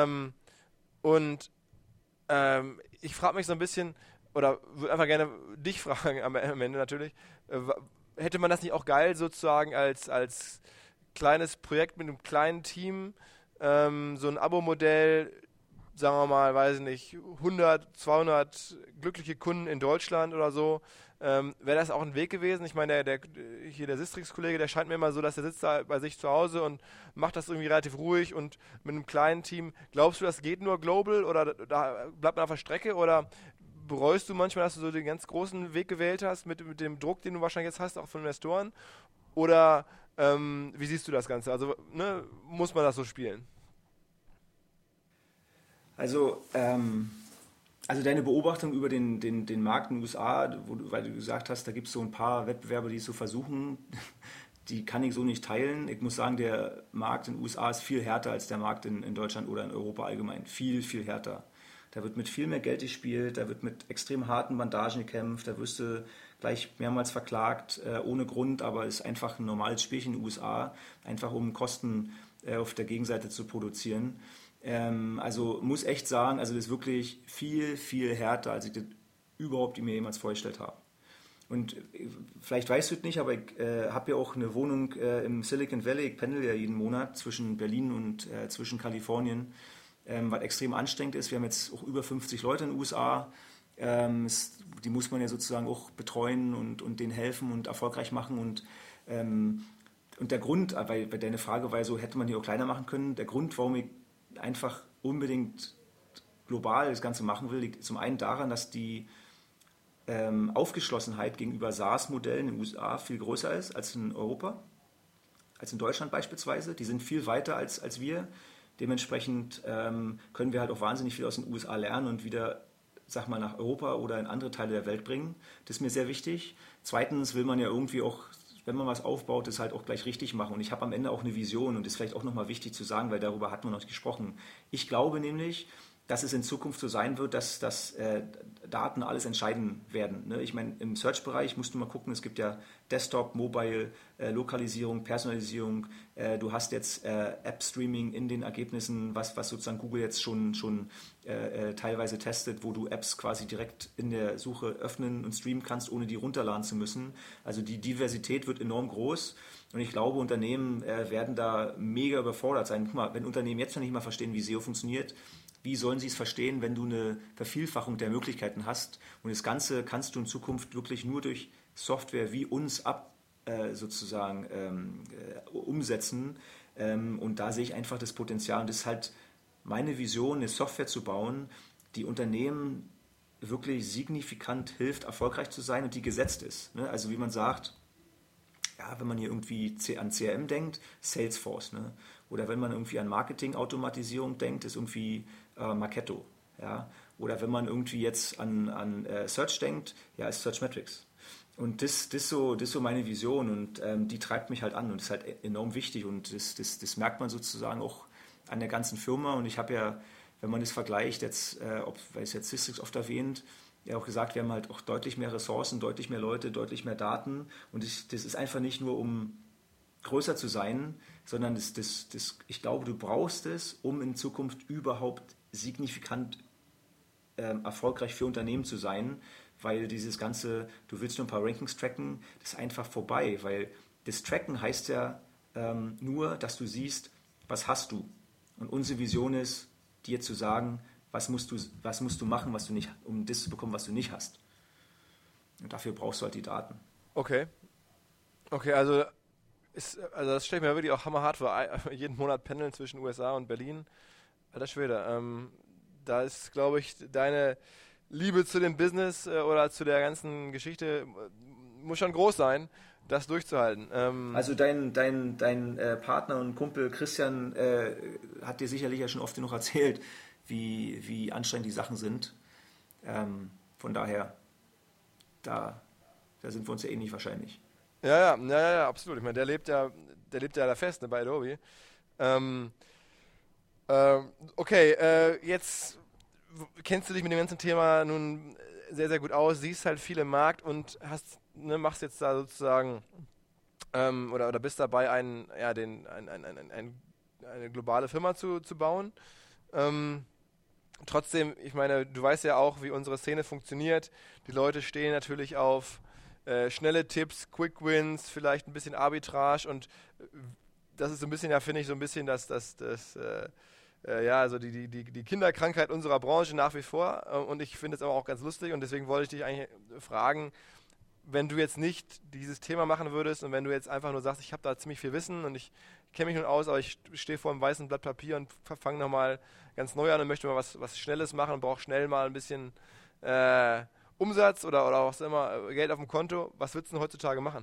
Ich frage mich so ein bisschen, oder würde einfach gerne dich fragen am Ende natürlich, hätte man das nicht auch geil sozusagen als kleines Projekt mit einem kleinen Team, so ein Abo-Modell, sagen wir mal, weiß ich nicht, 100, 200 glückliche Kunden in Deutschland oder so, wäre das auch ein Weg gewesen? Ich meine, der Sistrix-Kollege, der scheint mir immer so, dass der sitzt da bei sich zu Hause und macht das irgendwie relativ ruhig und mit einem kleinen Team. Glaubst du, das geht nur global oder da bleibt man auf der Strecke oder bereust du manchmal, dass du so den ganz großen Weg gewählt hast mit dem Druck, den du wahrscheinlich jetzt hast, auch von Investoren? Oder wie siehst du das Ganze? Also muss man das so spielen? Also deine Beobachtung über den Markt in den USA, weil du gesagt hast, da gibt es so ein paar Wettbewerber, die es so versuchen, die kann ich so nicht teilen. Ich muss sagen, der Markt in den USA ist viel härter als der Markt in Deutschland oder in Europa allgemein. Viel, viel härter. Da wird mit viel mehr Geld gespielt, da wird mit extrem harten Bandagen gekämpft, da wirst du gleich mehrmals verklagt, ohne Grund, aber es ist einfach ein normales Spielchen in den USA, einfach um Kosten auf der Gegenseite zu produzieren. Also muss echt sagen, also das ist wirklich viel, viel härter, als ich das überhaupt mir jemals vorgestellt habe. Und vielleicht weißt du es nicht, aber ich habe ja auch eine Wohnung im Silicon Valley, ich pendel ja jeden Monat zwischen Berlin und zwischen Kalifornien, was extrem anstrengend ist. Wir haben jetzt auch über 50 Leute in den USA, die muss man ja sozusagen auch betreuen und denen helfen und erfolgreich machen und der Grund, weil deine Frage war so, hätte man die auch kleiner machen können, der Grund, warum ich einfach unbedingt global das Ganze machen will, liegt zum einen daran, dass die Aufgeschlossenheit gegenüber SaaS-Modellen in den USA viel größer ist als in Europa, als in Deutschland beispielsweise. Die sind viel weiter als wir. Dementsprechend können wir halt auch wahnsinnig viel aus den USA lernen und wieder, sag mal, nach Europa oder in andere Teile der Welt bringen. Das ist mir sehr wichtig. Zweitens will man ja irgendwie auch, wenn man was aufbaut, das halt auch gleich richtig machen. Und ich habe am Ende auch eine Vision und das ist vielleicht auch nochmal wichtig zu sagen, weil darüber hatten wir noch nicht gesprochen. Ich glaube nämlich, dass es in Zukunft so sein wird, dass Daten alles entscheiden werden. Ne? Ich meine, im Search-Bereich musst du mal gucken, es gibt ja Desktop, Mobile, Lokalisierung, Personalisierung. Du hast jetzt App-Streaming in den Ergebnissen, was sozusagen Google jetzt schon teilweise testet, wo du Apps quasi direkt in der Suche öffnen und streamen kannst, ohne die runterladen zu müssen. Also die Diversität wird enorm groß. Und ich glaube, Unternehmen werden da mega überfordert sein. Guck mal, wenn Unternehmen jetzt noch nicht mal verstehen, wie SEO funktioniert, wie sollen sie es verstehen, wenn du eine Vervielfachung der Möglichkeiten hast? Und das Ganze kannst du in Zukunft wirklich nur durch Software wie uns umsetzen. Und da sehe ich einfach das Potenzial. Und das ist halt meine Vision, eine Software zu bauen, die Unternehmen wirklich signifikant hilft, erfolgreich zu sein und die gesetzt ist. Ne? Also wie man sagt, ja, wenn man hier irgendwie an CRM denkt, Salesforce. Ne? Oder wenn man irgendwie an Marketing-Automatisierung denkt, ist irgendwie Marketo. Ja? Oder wenn man irgendwie jetzt an Search denkt, ja, ist Searchmetrics. Und das ist so meine Vision und die treibt mich halt an und ist halt enorm wichtig und das merkt man sozusagen auch an der ganzen Firma. Und ich habe ja, wenn man das vergleicht, jetzt, weil es jetzt Sistrix oft erwähnt, ja auch gesagt, wir haben halt auch deutlich mehr Ressourcen, deutlich mehr Leute, deutlich mehr Daten und das ist einfach nicht nur, um größer zu sein, sondern ich glaube, du brauchst es, um in Zukunft überhaupt signifikant erfolgreich für Unternehmen zu sein, weil dieses ganze, du willst nur ein paar Rankings tracken, das ist einfach vorbei, weil das Tracken heißt ja nur, dass du siehst, was hast du. Und unsere Vision ist, dir zu sagen, was musst du machen, was du nicht, um das zu bekommen, was du nicht hast. Und dafür brauchst du halt die Daten. Okay. Okay, also das stelle ich mir wirklich auch hammerhart vor, jeden Monat pendeln zwischen USA und Berlin. Alter Schwede, da ist, glaube ich, deine Liebe zu dem Business oder zu der ganzen Geschichte muss schon groß sein, das durchzuhalten. Also dein Partner und Kumpel Christian hat dir sicherlich ja schon oft genug erzählt, wie anstrengend die Sachen sind. Von daher, da sind wir uns ja ähnlich wahrscheinlich. Ja, absolut. Ich meine, der lebt ja da fest, ne, bei Adobe. Okay, jetzt kennst du dich mit dem ganzen Thema nun sehr, sehr gut aus, siehst halt viel im Markt und machst jetzt da sozusagen oder bist dabei, eine globale Firma zu bauen. Trotzdem, ich meine, du weißt ja auch, wie unsere Szene funktioniert. Die Leute stehen natürlich auf schnelle Tipps, Quick Wins, vielleicht ein bisschen Arbitrage und das ist so ein bisschen, ja, finde ich, so ein bisschen also die Kinderkrankheit unserer Branche nach wie vor und ich finde es aber auch ganz lustig und deswegen wollte ich dich eigentlich fragen, wenn du jetzt nicht dieses Thema machen würdest und wenn du jetzt einfach nur sagst, ich habe da ziemlich viel Wissen und ich kenne mich nun aus, aber ich stehe vor einem weißen Blatt Papier und fange nochmal ganz neu an und möchte mal was Schnelles machen und brauche schnell mal ein bisschen Umsatz oder was immer, Geld auf dem Konto, was würdest du denn heutzutage machen?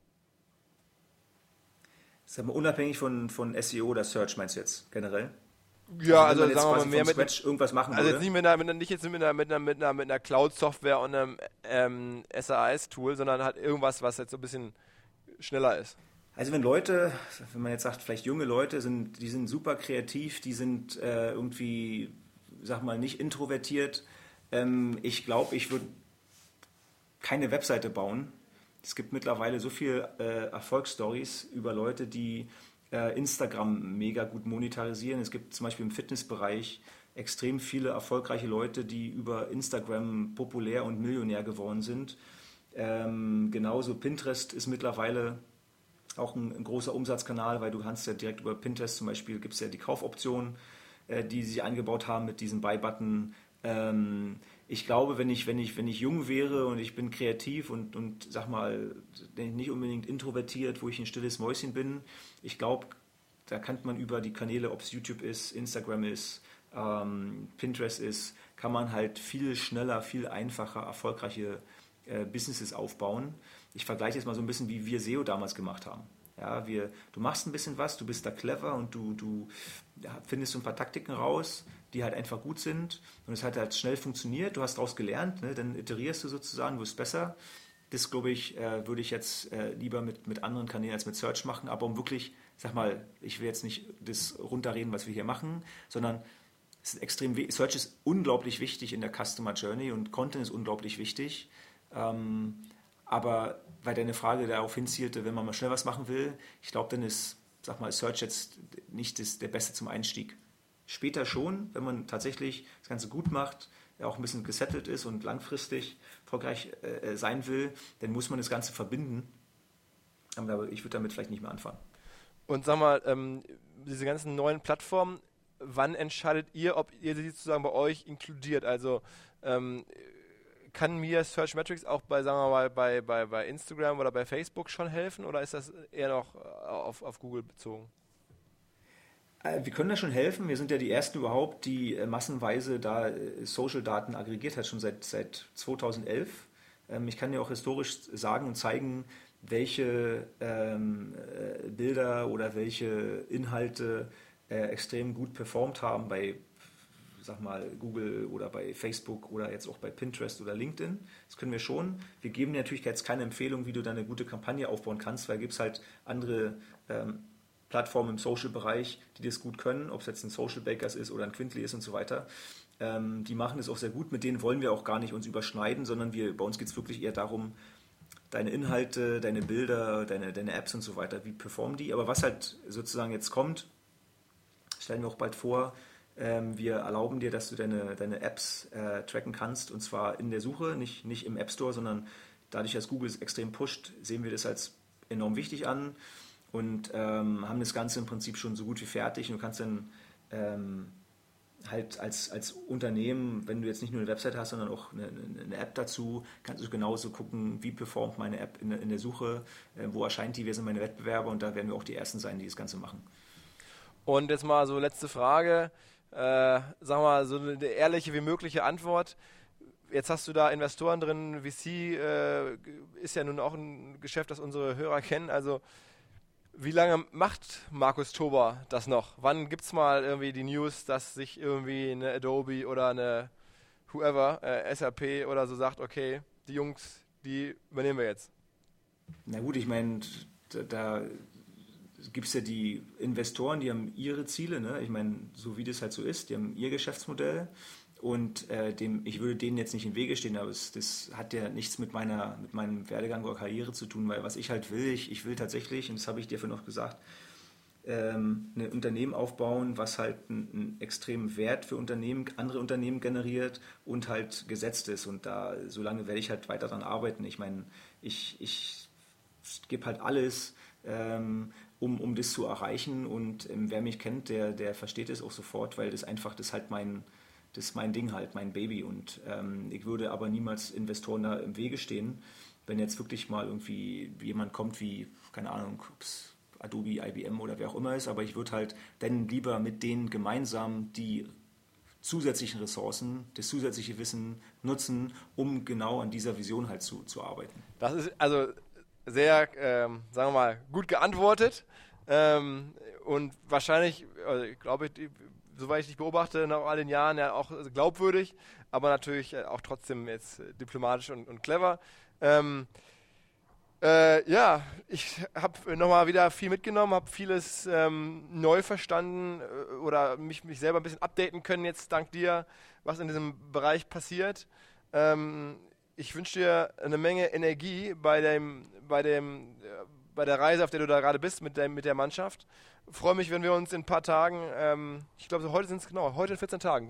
Das ist aber unabhängig von SEO oder Search, meinst du jetzt generell? Ja, also sagen wir mal mehr mit Scratch irgendwas machen also würde. Nicht mit einer Cloud-Software und einem SAS-Tool, sondern halt irgendwas, was jetzt so ein bisschen schneller ist. Also wenn man jetzt sagt, vielleicht junge Leute die sind super kreativ, die sind irgendwie, sag mal, nicht introvertiert. Ich glaube, ich würde keine Webseite bauen. Es gibt mittlerweile so viele Erfolgsstories über Leute, die Instagram mega gut monetarisieren. Es gibt zum Beispiel im Fitnessbereich extrem viele erfolgreiche Leute, die über Instagram populär und Millionär geworden sind. Genauso Pinterest ist mittlerweile auch ein großer Umsatzkanal, weil du kannst ja direkt über Pinterest zum Beispiel, gibt es ja die Kaufoption, die sie eingebaut haben mit diesem Buy-Button. Ich glaube, wenn ich jung wäre und ich bin kreativ und sag mal, nicht unbedingt introvertiert, wo ich ein stilles Mäuschen bin, ich glaube, da kann man über die Kanäle, ob es YouTube ist, Instagram ist, Pinterest ist, kann man halt viel schneller, viel einfacher erfolgreiche Businesses aufbauen. Ich vergleiche jetzt mal so ein bisschen, wie wir SEO damals gemacht haben. Ja, du machst ein bisschen was, du bist da clever und du findest so ein paar Taktiken raus, die halt einfach gut sind und es hat halt schnell funktioniert, du hast daraus gelernt, ne? Dann iterierst du sozusagen, wirst besser. Das, glaube ich, würde ich jetzt lieber mit anderen Kanälen als mit Search machen, aber um wirklich, sag mal, ich will jetzt nicht das runterreden, was wir hier machen, sondern es ist Search ist unglaublich wichtig in der Customer Journey und Content ist unglaublich wichtig. Aber weil deine Frage darauf hinzielte, wenn man mal schnell was machen will, ich glaube, dann ist, sag mal, Search jetzt nicht der Beste zum Einstieg. Später schon, wenn man tatsächlich das Ganze gut macht, auch ein bisschen gesettelt ist und langfristig erfolgreich sein will, dann muss man das Ganze verbinden. Aber ich würde damit vielleicht nicht mehr anfangen. Und sag mal, diese ganzen neuen Plattformen, wann entscheidet ihr, ob ihr sie sozusagen bei euch inkludiert? Also kann mir Search Metrics auch sagen wir mal, bei Instagram oder bei Facebook schon helfen oder ist das eher noch auf Google bezogen? Wir können da schon helfen. Wir sind ja die Ersten überhaupt, die massenweise da Social-Daten aggregiert hat, schon seit 2011. Ich kann dir auch historisch sagen und zeigen, welche Bilder oder welche Inhalte extrem gut performt haben bei, sag mal, Google oder bei Facebook oder jetzt auch bei Pinterest oder LinkedIn. Das können wir schon. Wir geben dir natürlich jetzt keine Empfehlung, wie du da eine gute Kampagne aufbauen kannst, weil es gibt halt andere Plattformen im Social-Bereich, die das gut können, ob es jetzt ein Social Bakers ist oder ein Quintly ist und so weiter. Die machen das auch sehr gut, mit denen wollen wir auch gar nicht uns überschneiden, sondern bei uns geht es wirklich eher darum, deine Inhalte, deine Bilder, deine Apps und so weiter, wie performen die. Aber was halt sozusagen jetzt kommt, stellen wir auch bald vor, Wir erlauben dir, dass du deine Apps tracken kannst, und zwar in der Suche, nicht im App Store, sondern dadurch, dass Google es extrem pusht, sehen wir das als enorm wichtig an und haben das Ganze im Prinzip schon so gut wie fertig. Und du kannst dann halt als Unternehmen, wenn du jetzt nicht nur eine Website hast, sondern auch eine App dazu, kannst du genauso gucken, wie performt meine App in der Suche, wo erscheint die, wer sind meine Wettbewerber, und da werden wir auch die Ersten sein, die das Ganze machen. Und jetzt mal so letzte Frage, sagen wir mal so eine ehrliche wie mögliche Antwort. Jetzt hast du da Investoren drin, VC ist ja nun auch ein Geschäft, das unsere Hörer kennen, also wie lange macht Markus Tober das noch? Wann gibt es mal irgendwie die News, dass sich irgendwie eine Adobe oder eine whoever, SAP oder so sagt, okay, die Jungs, die übernehmen wir jetzt? Na gut, ich meine, da gibt es ja die Investoren, die haben ihre Ziele, ne? Ich meine, so wie das halt so ist, die haben ihr Geschäftsmodell. Und ich würde denen jetzt nicht im Wege stehen, aber das hat ja nichts mit meinem Werdegang oder Karriere zu tun, weil was ich halt will, ich will tatsächlich, und das habe ich dir vorhin noch gesagt, ein Unternehmen aufbauen, was halt einen extremen Wert für andere Unternehmen generiert und halt gesetzt ist. Und solange werde ich halt weiter daran arbeiten. Ich meine, ich gebe halt alles, um das zu erreichen. Und wer mich kennt, der versteht es auch sofort, weil das halt das ist mein Ding halt, mein Baby, und ich würde aber niemals Investoren da im Wege stehen, wenn jetzt wirklich mal irgendwie jemand kommt wie, keine Ahnung, ob es Adobe, IBM oder wer auch immer ist, aber ich würde halt dann lieber mit denen gemeinsam die zusätzlichen Ressourcen, das zusätzliche Wissen nutzen, um genau an dieser Vision halt zu arbeiten. Das ist also sehr, sagen wir mal, gut geantwortet und wahrscheinlich, glaube ich, soweit ich dich beobachte, nach all den Jahren ja auch glaubwürdig, aber natürlich auch trotzdem jetzt diplomatisch und clever. Ja, ich habe nochmal wieder viel mitgenommen, habe vieles neu verstanden oder mich selber ein bisschen updaten können jetzt dank dir, was in diesem Bereich passiert. Ich wünsche dir eine Menge Energie bei der Reise, auf der du da gerade bist mit der Mannschaft. Freue mich, wenn wir uns in ein paar Tagen, ich glaube, heute in 14 Tagen,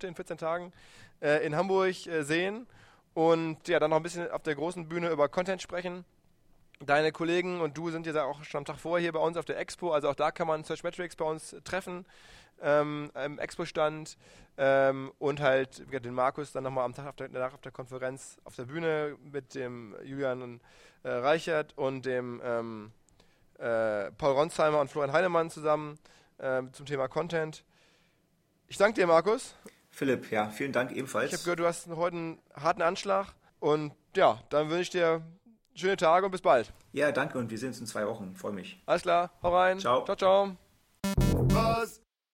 in Hamburg sehen und ja, dann noch ein bisschen auf der großen Bühne über Content sprechen. Deine Kollegen und du sind ja auch schon am Tag vorher hier bei uns auf der Expo, also auch da kann man Searchmetrics bei uns treffen, im Expo-Stand und halt den Markus dann nochmal am Tag danach auf der Konferenz auf der Bühne mit dem Julian Reichert und dem Paul Ronsheimer und Florian Heinemann zusammen zum Thema Content. Ich danke dir, Markus. Philipp, ja, vielen Dank ebenfalls. Ich habe gehört, du hast heute einen harten Anschlag und ja, dann wünsche ich dir schöne Tage und bis bald. Ja, danke und wir sehen uns in 2 Wochen. Freue mich. Alles klar, hau rein. Ciao. Ciao, ciao. Was?